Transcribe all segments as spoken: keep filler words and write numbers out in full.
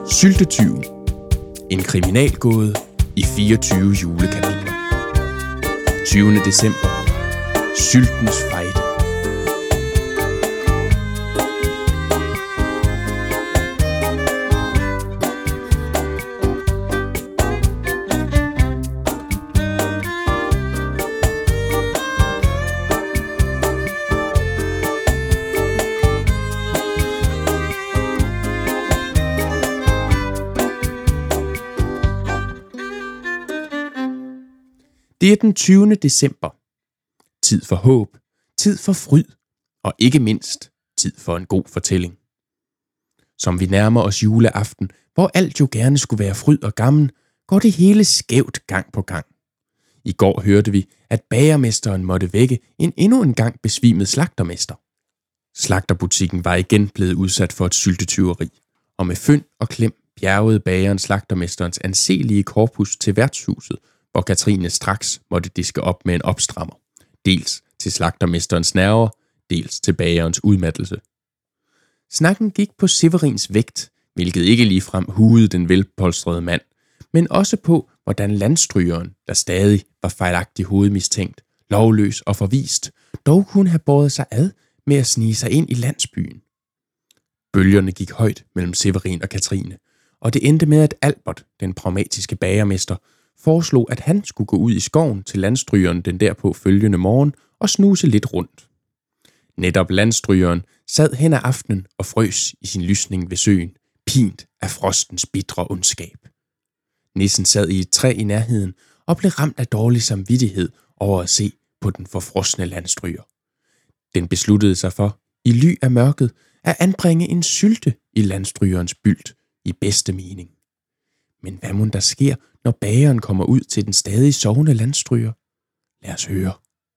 Syltetyven. En kriminalgåde i fireogtyve julekapitler. tyvende december. Syltens fejde. Det er den tyvende december. Tid for håb, tid for fryd, og ikke mindst tid for en god fortælling. Som vi nærmer os juleaften, hvor alt jo gerne skulle være fryd og gammel, går det hele skævt gang på gang. I går hørte vi, at bagermesteren måtte vække en endnu en gang besvimet slagtermester. Slagterbutikken var igen blevet udsat for et syltetyveri, og med fynd og klem bjergede bageren slagtermesterens anselige korpus til værtshuset, hvor Katrine straks måtte diske op med en opstrammer. Dels til slagtermesterens nerver, dels til bagerens udmattelse. Snakken gik på Severins vægt, hvilket ikke ligefrem hugede den velpolstrede mand, men også på, hvordan landstrygeren, der stadig var fejlagtigt hovedmistænkt, lovløs og forvist, dog kunne have båret sig ad med at snige sig ind i landsbyen. Bølgerne gik højt mellem Severin og Katrine, og det endte med, at Albert, den pragmatiske bagermester, foreslog, at han skulle gå ud i skoven til landstrygeren den derpå følgende morgen og snuse lidt rundt. Netop landstrygeren sad hen ad aftenen og frøs i sin lysning ved søen, pint af frostens bitre ondskab. Nissen sad i et træ i nærheden og blev ramt af dårlig samvittighed over at se på den forfrosne landstryger. Den besluttede sig for, i ly af mørket, at anbringe en sylte i landstrygerens bylt i bedste mening. Men hvad mon der sker, når bageren kommer ud til den stadig sovende landstryger? Lad os høre.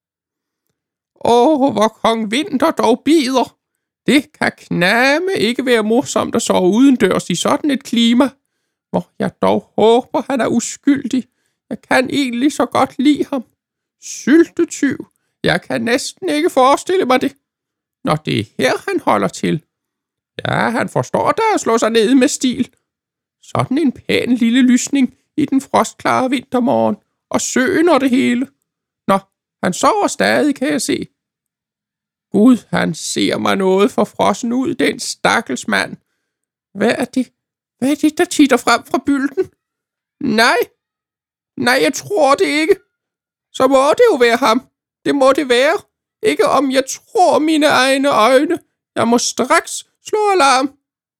Åh, hvor kong Vinter dog bider. Det kan kname ikke være morsomt at sove udendørs i sådan et klima. Hvor jeg dog håber, han er uskyldig. Jeg kan egentlig så godt lide ham. Syltetyv. Jeg kan næsten ikke forestille mig det. Når det er her, han holder til. Ja, han forstår da at slå sig ned med stil. Sådan en pæn lille lysning i den frostklare vintermorgen, og søen og det hele. Nå, han sover stadig, kan jeg se. Gud, han ser mig noget for frossen ud, den stakkels mand. Hvad er det? Hvad er det, der titter frem fra bylden? Nej, nej, jeg tror det ikke. Så må det jo være ham. Det må det være. Ikke om jeg tror mine egne øjne. Jeg må straks slå alarm.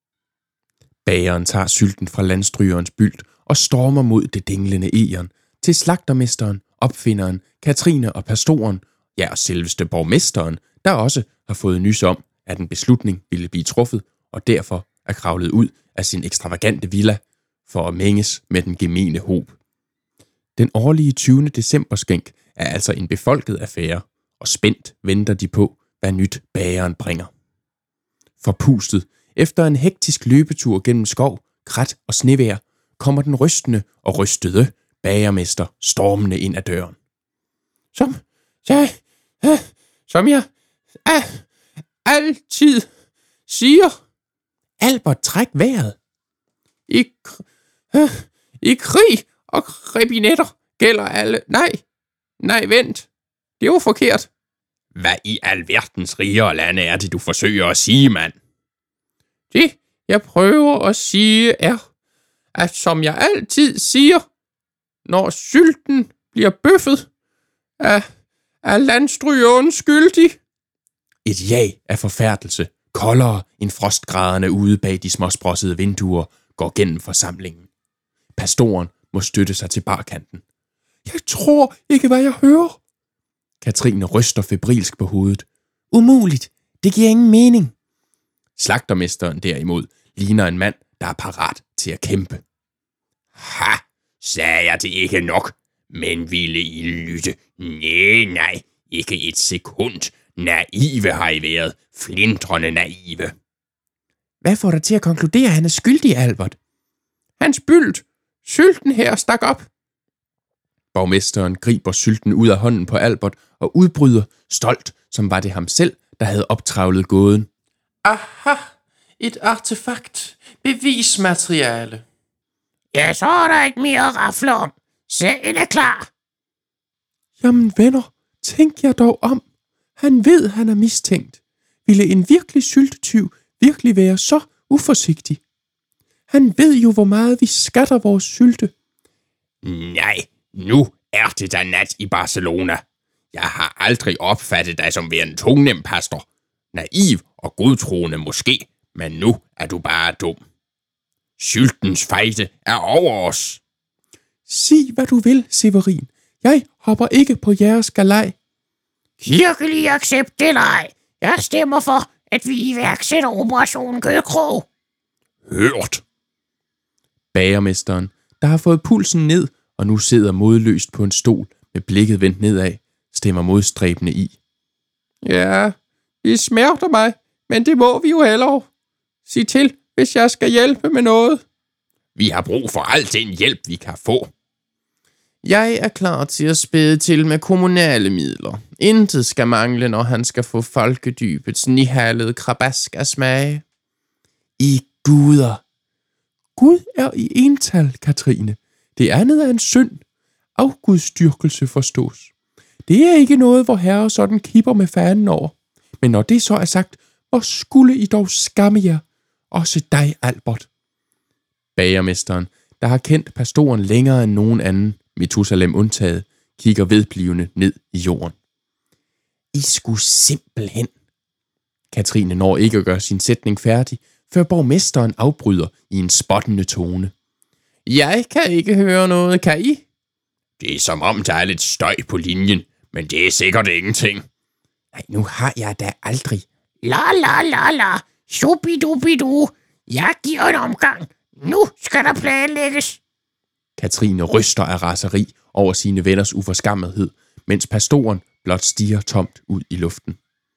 Bageren tager sylten fra landstrygerens bylt og stormer mod det dinglende egern, til slagtermesteren, opfinderen, Katrine og pastoren, ja og selveste borgmesteren, der også har fået nys om, at en beslutning ville blive truffet, og derfor er kravlet ud af sin ekstravagante villa for at mænges med den gemene hob. Den årlige tyvende decemberskænk er altså en befolket affære, og spændt venter de på, hvad nyt bageren bringer. Forpustet efter en hektisk løbetur gennem skov, krat og snevejr, kommer den rystende og rystede bagermester stormende ind ad døren. Som jeg, som jeg ah, altid siger. Albert, træk vejret. I, I krig og krebinetter gælder alle... Nej, nej, vent. Det var forkert. Hvad i alverdens rige og lande er det, du forsøger at sige, mand? Det, jeg prøver at sige, er, at som jeg altid siger, når sylten bliver bøffet, er, er landstrygeren skyldig. Et jag af forfærdelse, koldere end frostgraderne ude bag de småsprossede vinduer, går gennem forsamlingen. Pastoren må støtte sig til barkanten. Jeg tror ikke, hvad jeg hører. Katrine ryster febrilsk på hovedet. Umuligt, det giver ingen mening. Slagtermesteren derimod ligner en mand, der er parat til at kæmpe. Ha, sagde jeg det ikke nok, men ville I lytte? Nej, nej, ikke et sekund. Naive har I været, flintrende naive. Hvad får dig til at konkludere, at han er skyldig, Albert? Hans bylt, sylten her, stak op. Borgmesteren griber sylten ud af hånden på Albert og udbryder, stolt som var det ham selv, der havde optravlet gåden. Aha, et artefakt. bevismateriale. Ja, så er der ikke mere at rafle om. Sagen er klar. Jamen venner, tænk jer dog om. Han ved, han er mistænkt. Ville en virkelig syltetyv virkelig være så uforsigtig? Han ved jo, hvor meget vi skatter vores sylte. Nej, nu er det da nat i Barcelona. Jeg har aldrig opfattet dig som værende tungnem, pastor. Naiv og godtroende måske, men nu er du bare dum. Syltens fejde er over os. Sig, hvad du vil, Severin. Jeg hopper ikke på jeres galej. Kirkelig accept eller ej. Jeg stemmer for, at vi iværksætter Operation Kødkrog. Hørt. Bagermesteren, der har fået pulsen ned og nu sidder modløst på en stol med blikket vendt nedad, stemmer modstræbende i. Ja, det smerter mig, men det må vi jo hellere. Sig til, hvis jeg skal hjælpe med noget. Vi har brug for al den hjælp, vi kan få. Jeg er klar til at spæde til med kommunale midler. Intet skal mangle, når han skal få folkedybets nihallede krabask af smage. I guder. Gud er i ental, Katrine. Det andet er en synd. Afgudstyrkelse forstås. Det er ikke noget, hvor herre sådan kipper med fanen over. Men når det så er sagt, hvor skulle I dog skamme jer? Også dig, Albert. Bagermesteren, der har kendt pastoren længere end nogen anden, Methusalem undtaget, kigger vedblivende ned i jorden. I skulle simpelthen. Katrine når ikke at gøre sin sætning færdig, før borgmesteren afbryder i en spottende tone. Jeg kan ikke høre noget, kan I? Det er som om, der er lidt støj på linjen, men det er sikkert ingenting. Nej, nu har jeg da aldrig. La la la la, subidubidu. Jeg giver en omgang. Nu skal der planlægges. Katrine ryster af raseri over sine venners uforskammethed, mens pastoren blot stiger tomt ud i luften.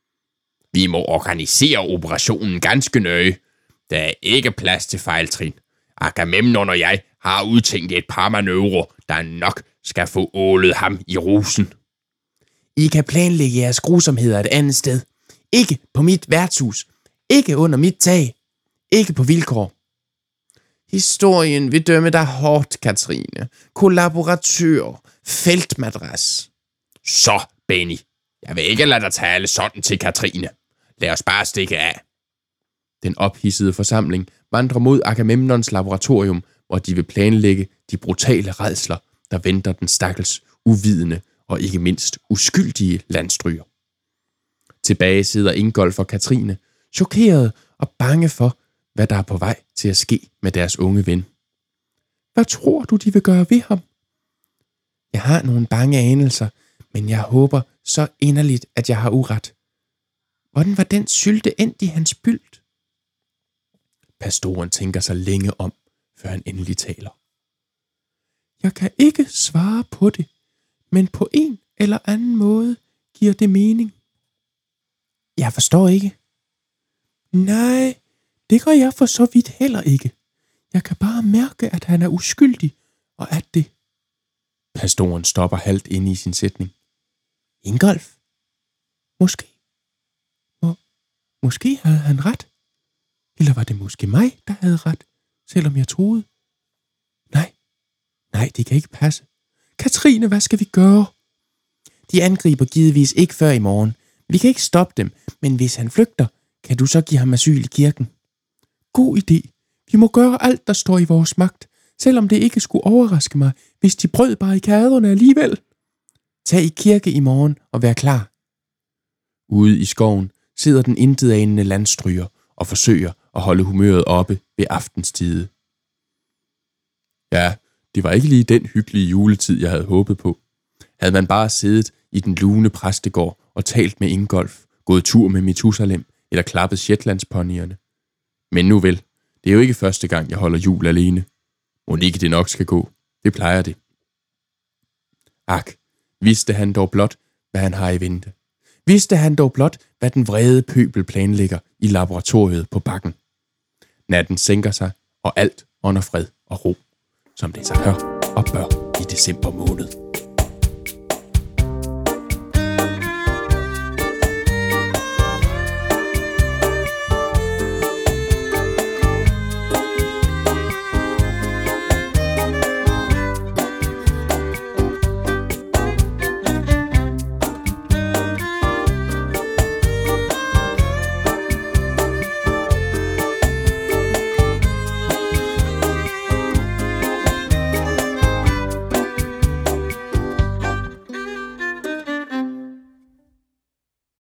Vi må organisere operationen ganske nøje. Der er ikke plads til fejltrin. Agamemnon og jeg har udtænkt et par manøvrer, der nok skal få ålet ham i rusen. I kan planlægge jeres grusomheder et andet sted. Ikke på mit værtshus. Ikke under mit tag. Ikke på vilkår. Historien vil dømme dig hårdt, Katrine. Kollaboratør. Feltmadras. Så, Benny. Jeg vil ikke lade dig tale sådan til Katrine. Lad os bare stikke af. Den ophidsede forsamling vandrer mod Agamemnons laboratorium, hvor de vil planlægge de brutale rædsler, der venter den stakkels, uvidende og ikke mindst uskyldige landstryger. Tilbage sidder Ingolf og Katrine, chokerede og bange for, hvad der er på vej til at ske med deres unge ven. Hvad tror du, de vil gøre ved ham? Jeg har nogle bange anelser, men jeg håber så inderligt, at jeg har uret. Hvordan var den sylte endt i hans bylt? Pastoren tænker sig længe om, før han endelig taler. Jeg kan ikke svare på det, men på en eller anden måde giver det mening. Jeg forstår ikke. Nej, det gør jeg for så vidt heller ikke. Jeg kan bare mærke, at han er uskyldig, og at det... Pastoren stopper halvt inde i sin sætning. Ingolf? Måske. Må, måske havde han ret. Eller var det måske mig, der havde ret, selvom jeg troede? Nej, nej, det kan ikke passe. Katrine, hvad skal vi gøre? De angriber givetvis ikke før i morgen. Vi kan ikke stoppe dem, men hvis han flygter, kan du så give ham asyl i kirken? God idé. Vi må gøre alt, der står i vores magt, selvom det ikke skulle overraske mig, hvis de brød barrikaderne alligevel. Tag i kirke i morgen og vær klar. Ude i skoven sidder den intetanende landstryger og forsøger at holde humøret oppe ved aftenstide. Ja, det var ikke lige den hyggelige juletid, jeg havde håbet på. Havde man bare siddet i den lune præstegård og talt med Ingolf, gået tur med Methusalem eller klappet shetlandsponierne. Men nu vel, det er jo ikke første gang, jeg holder jul alene. Må ikke det nok skal gå. Det plejer det. Ak, vidste han dog blot, hvad han har i vente. Vidste han dog blot, hvad den vrede pøbel planlægger i laboratoriet på bakken. Natten sænker sig, og alt under fred og ro, som det sig hør og bør i december måned.